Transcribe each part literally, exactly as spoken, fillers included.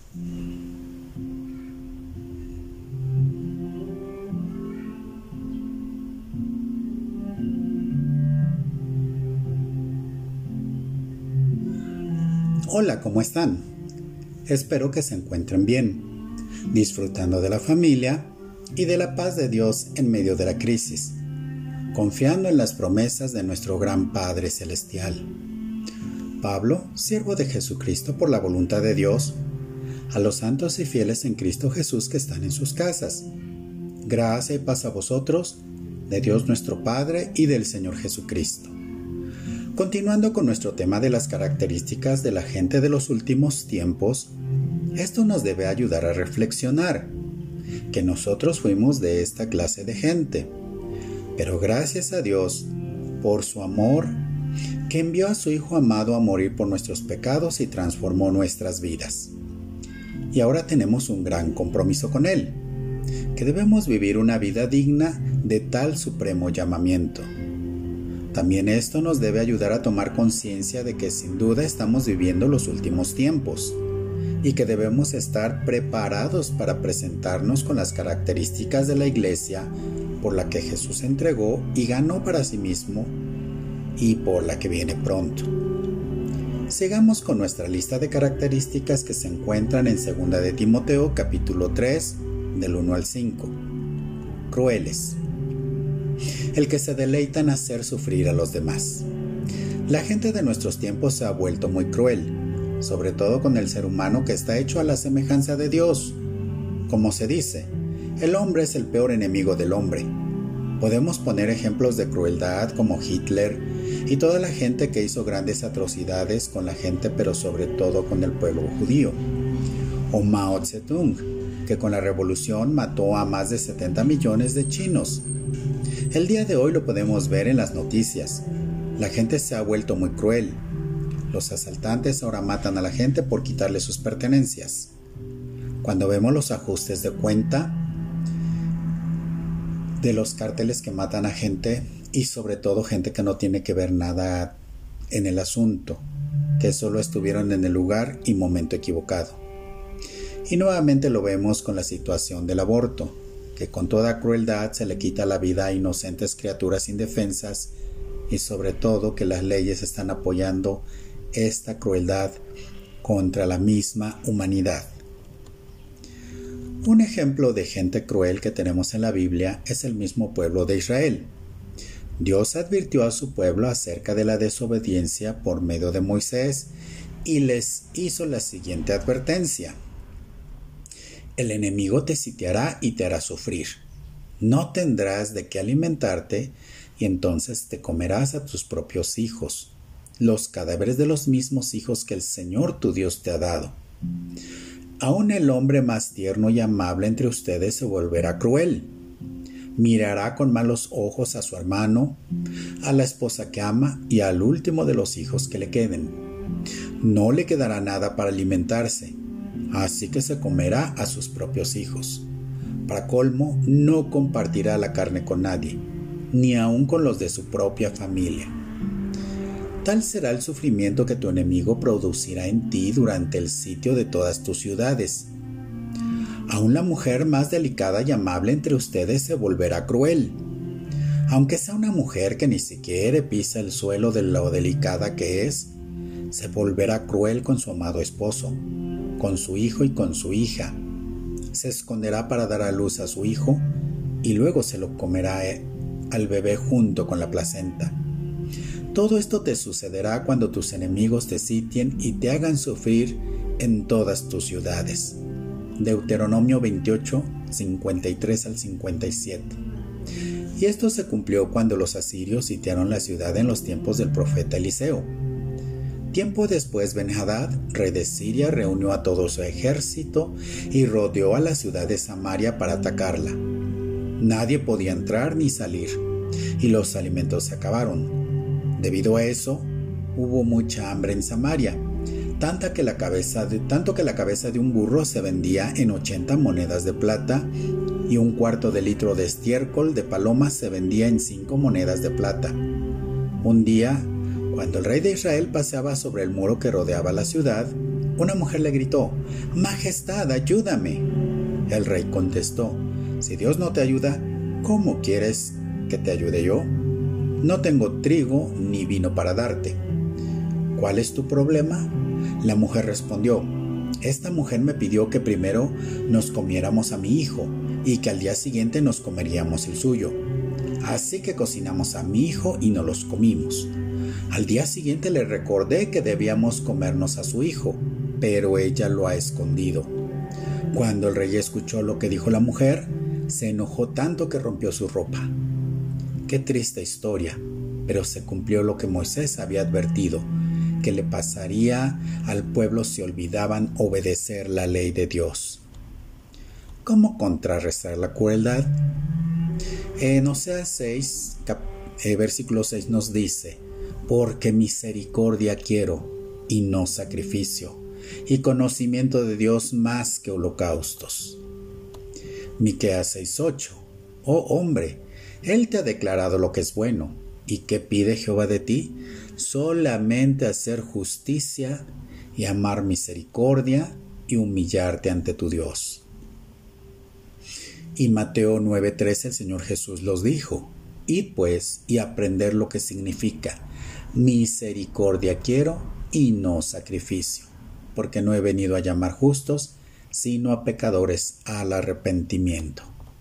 Hola, ¿cómo están? Espero que se encuentren bien, disfrutando de la familia y de la paz de Dios en medio de la crisis, confiando en las promesas de nuestro gran Padre Celestial. Pablo, siervo de Jesucristo por la voluntad de Dios, a los santos y fieles en Cristo Jesús que están en sus casas. Gracia y paz a vosotros, de Dios nuestro Padre y del Señor Jesucristo. Continuando con nuestro tema de las características de la gente de los últimos tiempos, esto nos debe ayudar a reflexionar que nosotros fuimos de esta clase de gente, pero gracias a Dios por su amor, que envió a su Hijo amado a morir por nuestros pecados y transformó nuestras vidas. Y ahora tenemos un gran compromiso con Él, que debemos vivir una vida digna de tal supremo llamamiento. También esto nos debe ayudar a tomar conciencia de que sin duda estamos viviendo los últimos tiempos y que debemos estar preparados para presentarnos con las características de la iglesia por la que Jesús entregó y ganó para sí mismo y por la que viene pronto. Sigamos con nuestra lista de características que se encuentran en segunda de Timoteo capítulo tres del uno al cinco. Crueles. El que se deleita en hacer sufrir a los demás. La gente de nuestros tiempos se ha vuelto muy cruel, sobre todo con el ser humano que está hecho a la semejanza de Dios. Como se dice, el hombre es el peor enemigo del hombre. Podemos poner ejemplos de crueldad como Hitler y toda la gente que hizo grandes atrocidades con la gente, pero sobre todo con el pueblo judío. O Mao Zedong, que con la revolución mató a más de setenta millones de chinos. El día de hoy lo podemos ver en las noticias. La gente se ha vuelto muy cruel. Los asaltantes ahora matan a la gente por quitarle sus pertenencias. Cuando vemos los ajustes de cuenta de los cárteles que matan a gente y sobre todo gente que no tiene que ver nada en el asunto, que solo estuvieron en el lugar y momento equivocado. Y nuevamente lo vemos con la situación del aborto, que con toda crueldad se le quita la vida a inocentes criaturas indefensas y sobre todo que las leyes están apoyando esta crueldad contra la misma humanidad. Un ejemplo de gente cruel que tenemos en la Biblia es el mismo pueblo de Israel. Dios advirtió a su pueblo acerca de la desobediencia por medio de Moisés y les hizo la siguiente advertencia. El enemigo te sitiará y te hará sufrir. No tendrás de qué alimentarte y entonces te comerás a tus propios hijos, los cadáveres de los mismos hijos que el Señor tu Dios te ha dado. Aún el hombre más tierno y amable entre ustedes se volverá cruel. Mirará con malos ojos a su hermano, a la esposa que ama y al último de los hijos que le queden. No le quedará nada para alimentarse, así que se comerá a sus propios hijos. Para colmo, no compartirá la carne con nadie, ni aun con los de su propia familia. Tal será el sufrimiento que tu enemigo producirá en ti durante el sitio de todas tus ciudades. Aún la mujer más delicada y amable entre ustedes se volverá cruel. Aunque sea una mujer que ni siquiera pisa el suelo de lo delicada que es, se volverá cruel con su amado esposo, con su hijo y con su hija. Se esconderá para dar a luz a su hijo y luego se lo comerá al bebé junto con la placenta. Todo esto te sucederá cuando tus enemigos te sitien y te hagan sufrir en todas tus ciudades. Deuteronomio veintiocho, cincuenta y tres al cincuenta y siete. Y esto se cumplió cuando los asirios sitiaron la ciudad en los tiempos del profeta Eliseo. Tiempo después, Ben-Hadad, rey de Siria, reunió a todo su ejército y rodeó a la ciudad de Samaria para atacarla. Nadie podía entrar ni salir, y los alimentos se acabaron. Debido a eso, hubo mucha hambre en Samaria, tanta que la cabeza de, tanto que la cabeza de un burro se vendía en ochenta monedas de plata y un cuarto de litro de estiércol de paloma se vendía en cinco monedas de plata. Un día, cuando el rey de Israel paseaba sobre el muro que rodeaba la ciudad, Una mujer le gritó: «Majestad, ayúdame». El rey contestó: «Si Dios no te ayuda, ¿cómo quieres que te ayude yo? No tengo trigo ni vino para darte». «¿Cuál es tu problema?». La mujer respondió: «Esta mujer me pidió que primero nos comiéramos a mi hijo y que al día siguiente nos comeríamos el suyo. Así que cocinamos a mi hijo y nos los comimos. Al día siguiente le recordé que debíamos comernos a su hijo, pero ella lo ha escondido». Cuando el rey escuchó lo que dijo la mujer, se enojó tanto que rompió su ropa. Qué triste historia, pero se cumplió lo que Moisés había advertido, que le pasaría al pueblo si olvidaban obedecer la ley de Dios. ¿Cómo contrarrestar la crueldad? En Oseas seis, cap- eh, versículo seis nos dice: «Porque misericordia quiero y no sacrificio, y conocimiento de Dios más que holocaustos». Miqueas seis ocho: «Oh hombre, Él te ha declarado lo que es bueno. ¿Y qué pide Jehová de ti? Solamente hacer justicia y amar misericordia y humillarte ante tu Dios». Y Mateo nueve trece el Señor Jesús los dijo: «Id pues y aprender lo que significa: misericordia quiero y no sacrificio, porque no he venido a llamar justos, sino a pecadores al arrepentimiento».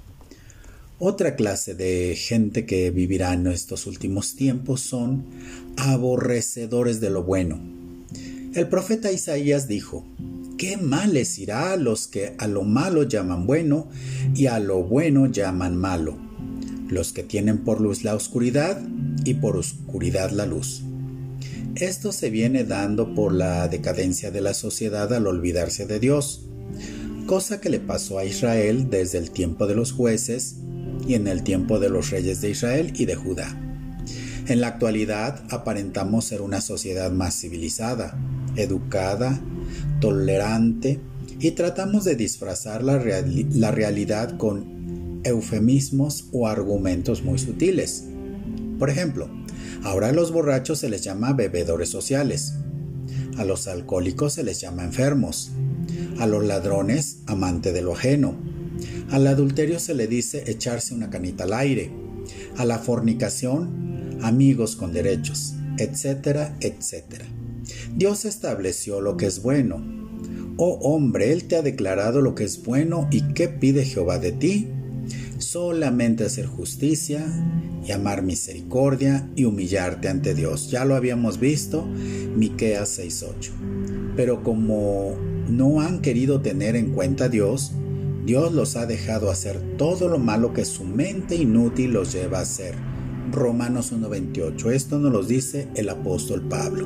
Otra clase de gente que vivirá en estos últimos tiempos son aborrecedores de lo bueno. El profeta Isaías dijo: «¿Qué mal les irá a los que a lo malo llaman bueno y a lo bueno llaman malo? Los que tienen por luz la oscuridad y por oscuridad la luz». Esto se viene dando por la decadencia de la sociedad al olvidarse de Dios, cosa que le pasó a Israel desde el tiempo de los jueces y en el tiempo de los reyes de Israel y de Judá. En la actualidad aparentamos ser una sociedad más civilizada, educada, tolerante, y tratamos de disfrazar la, real, la realidad con eufemismos o argumentos muy sutiles. Por ejemplo, ahora a los borrachos se les llama bebedores sociales, a los alcohólicos se les llama enfermos, a los ladrones amante de lo ajeno, al adulterio se le dice echarse una canita al aire, a la fornicación amigos con derechos, etcétera, etcétera. Dios estableció lo que es bueno. Oh hombre, Él te ha declarado lo que es bueno. ¿Y qué pide Jehová de ti? Solamente hacer justicia y amar misericordia y humillarte ante Dios. Ya lo habíamos visto, Miqueas seis ocho. Pero como no han querido tener en cuenta a Dios, Dios los ha dejado hacer todo lo malo que su mente inútil los lleva a hacer. Romanos uno veintiocho. Esto nos lo dice el apóstol Pablo.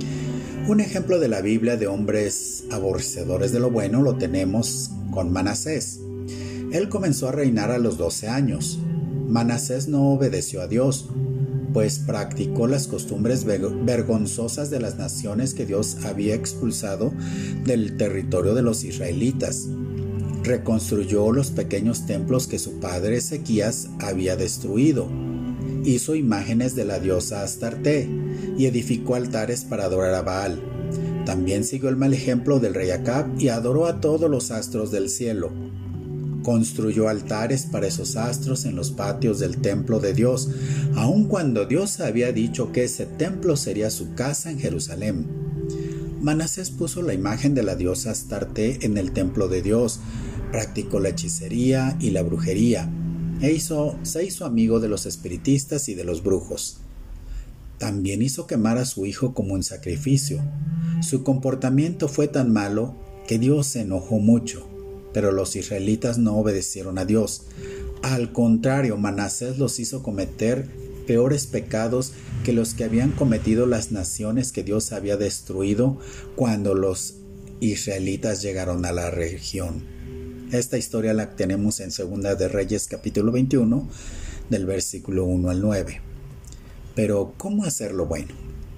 Un ejemplo de la Biblia de hombres aborrecedores de lo bueno lo tenemos con Manasés. Él comenzó a reinar a los doce años. Manasés no obedeció a Dios, pues practicó las costumbres vergonzosas de las naciones que Dios había expulsado del territorio de los israelitas. Reconstruyó los pequeños templos que su padre Ezequías había destruido. Hizo imágenes de la diosa Astarte y edificó altares para adorar a Baal. También siguió el mal ejemplo del rey Acab y adoró a todos los astros del cielo. Construyó altares para esos astros en los patios del templo de Dios, aun cuando Dios había dicho que ese templo sería su casa en Jerusalén. Manasés puso la imagen de la diosa Astarte en el templo de Dios, practicó la hechicería y la brujería, e hizo, se hizo amigo de los espiritistas y de los brujos. También hizo quemar a su hijo como un sacrificio. Su comportamiento fue tan malo que Dios se enojó mucho, pero los israelitas no obedecieron a Dios. Al contrario, Manasés los hizo cometer peores pecados que los que habían cometido las naciones que Dios había destruido cuando los israelitas llegaron a la región. Esta historia la tenemos en Segunda de Reyes capítulo veintiuno, del versículo uno al nueve. Pero, ¿cómo hacer lo bueno?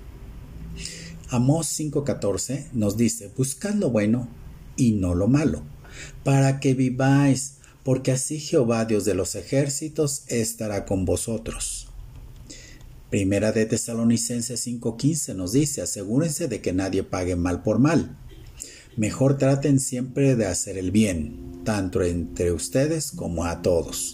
Amós cinco catorce nos dice: buscad lo bueno y no lo malo, para que viváis, porque así Jehová, Dios de los ejércitos, estará con vosotros. Primera de Tesalonicenses cinco quince nos dice: asegúrense de que nadie pague mal por mal. Mejor traten siempre de hacer el bien, tanto entre ustedes como a todos.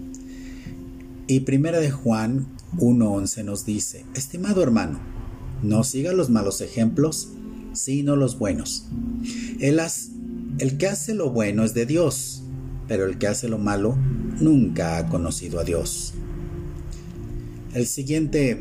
Y primera de Juan uno once nos dice: estimado hermano, no siga los malos ejemplos, sino los buenos. El, as, el que hace lo bueno es de Dios, pero el que hace lo malo nunca ha conocido a Dios. El siguiente,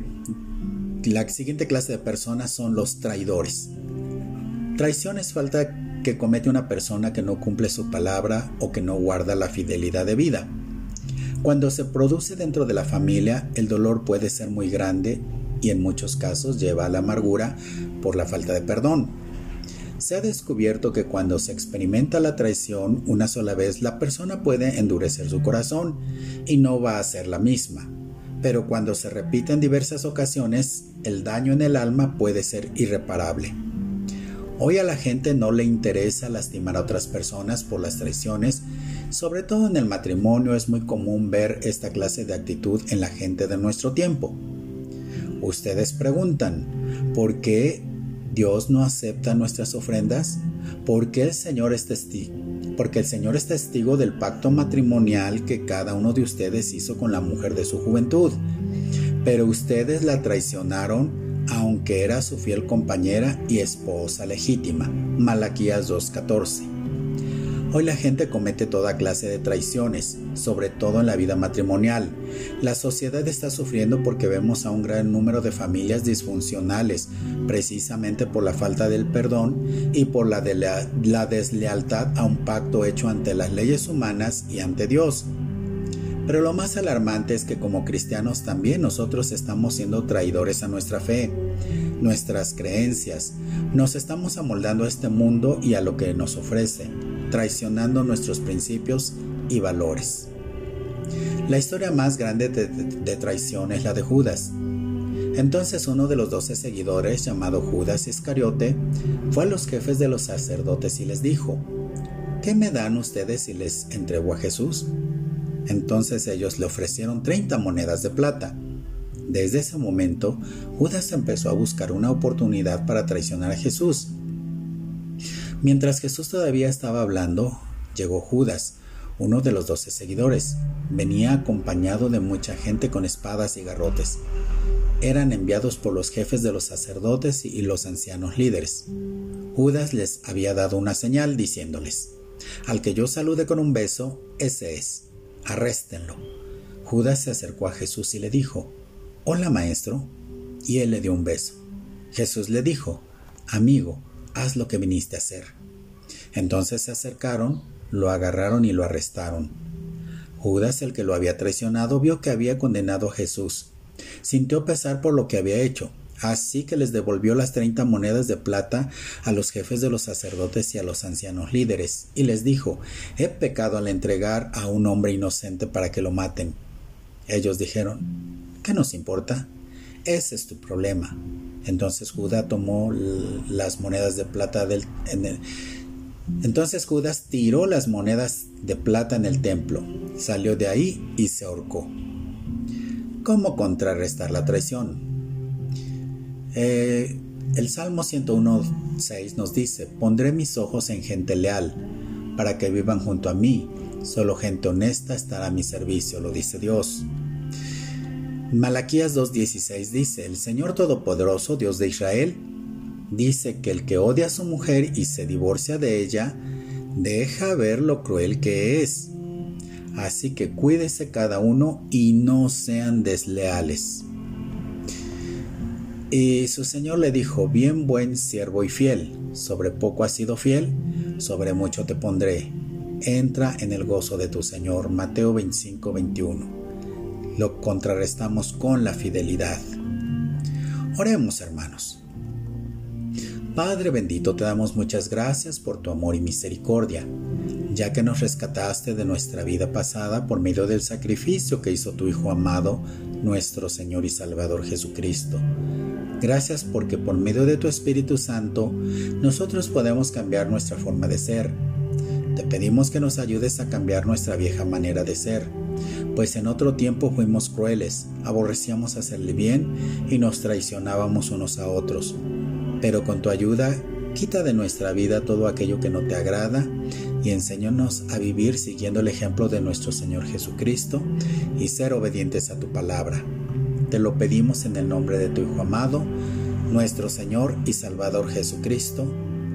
la siguiente clase de personas son los traidores. Traición es falta que comete una persona que no cumple su palabra o que no guarda la fidelidad debida. Cuando se produce dentro de la familia, el dolor puede ser muy grande y en muchos casos lleva a la amargura por la falta de perdón. Se ha descubierto que cuando se experimenta la traición una sola vez, la persona puede endurecer su corazón y no va a ser la misma. Pero cuando se repite en diversas ocasiones, el daño en el alma puede ser irreparable. Hoy a la gente no le interesa lastimar a otras personas por las traiciones. Sobre todo en el matrimonio es muy común ver esta clase de actitud en la gente de nuestro tiempo. Ustedes preguntan, ¿por qué Dios no acepta nuestras ofrendas? ¿Por qué el Señor es testigo? Porque el Señor es testigo del pacto matrimonial que cada uno de ustedes hizo con la mujer de su juventud. Pero ustedes la traicionaron, aunque era su fiel compañera y esposa legítima. Malaquías dos catorce. Hoy la gente comete toda clase de traiciones, sobre todo en la vida matrimonial. La sociedad está sufriendo porque vemos a un gran número de familias disfuncionales, precisamente por la falta del perdón y por la, de la, la deslealtad a un pacto hecho ante las leyes humanas y ante Dios. Pero lo más alarmante es que como cristianos también nosotros estamos siendo traidores a nuestra fe, nuestras creencias. Nos estamos amoldando a este mundo y a lo que nos ofrece, traicionando nuestros principios y valores. La historia más grande de, de, de traición es la de Judas. Entonces uno de los doce seguidores, llamado Judas Iscariote, fue a los jefes de los sacerdotes y les dijo: ¿qué me dan ustedes si les entrego a Jesús? Entonces ellos le ofrecieron treinta monedas de plata. Desde ese momento, Judas empezó a buscar una oportunidad para traicionar a Jesús. Mientras Jesús todavía estaba hablando, llegó Judas, uno de los doce seguidores. Venía acompañado de mucha gente con espadas y garrotes. Eran enviados por los jefes de los sacerdotes y los ancianos líderes. Judas les había dado una señal diciéndoles: al que yo salude con un beso, ese es. Arréstenlo. Judas se acercó a Jesús y le dijo: hola, maestro. Y él le dio un beso. Jesús le dijo: amigo, haz lo que viniste a hacer. Entonces se acercaron, lo agarraron y lo arrestaron. Judas, el que lo había traicionado, vio que había condenado a Jesús. Sintió pesar por lo que había hecho, así que les devolvió las treinta monedas de plata a los jefes de los sacerdotes y a los ancianos líderes, y les dijo: he pecado al entregar a un hombre inocente para que lo maten. Ellos dijeron: ¿qué nos importa? Ese es tu problema. Entonces Judas tomó las monedas de plata del... En el, entonces Judas tiró las monedas de plata en el templo, salió de ahí y se ahorcó. ¿Cómo contrarrestar la traición? Eh, el Salmo ciento uno seis nos dice: pondré mis ojos en gente leal, para que vivan junto a mí. Solo gente honesta estará a mi servicio, lo dice Dios. Malaquías dos dieciséis dice: el Señor Todopoderoso, Dios de Israel, dice que el que odia a su mujer y se divorcia de ella, deja ver lo cruel que es. Así que cuídese cada uno y no sean desleales. Y su Señor le dijo: bien, buen siervo y fiel, sobre poco has sido fiel, sobre mucho te pondré. Entra en el gozo de tu Señor. Mateo veinticinco veintiuno. Lo contrarrestamos con la fidelidad. Oremos, hermanos. Padre bendito, te damos muchas gracias por tu amor y misericordia, ya que nos rescataste de nuestra vida pasada por medio del sacrificio que hizo tu Hijo amado, nuestro Señor y Salvador Jesucristo. Gracias porque por medio de tu Espíritu Santo nosotros podemos cambiar nuestra forma de ser. Te pedimos que nos ayudes a cambiar nuestra vieja manera de ser, pues en otro tiempo fuimos crueles, aborrecíamos hacerle bien y nos traicionábamos unos a otros. Pero con tu ayuda Quita de nuestra vida todo aquello que no te agrada y enséñanos a vivir siguiendo el ejemplo de nuestro Señor Jesucristo y ser obedientes a tu palabra. Te lo pedimos en el nombre de tu Hijo amado, nuestro Señor y Salvador Jesucristo.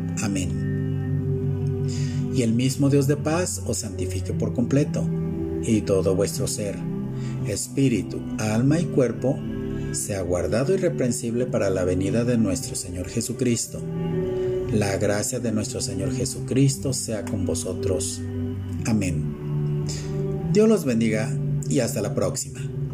Amén. Y el mismo Dios de paz os santifique por completo, y todo vuestro ser, espíritu, alma y cuerpo, sea guardado irreprensible para la venida de nuestro Señor Jesucristo. La gracia de nuestro Señor Jesucristo sea con vosotros. Amén. Dios los bendiga y hasta la próxima.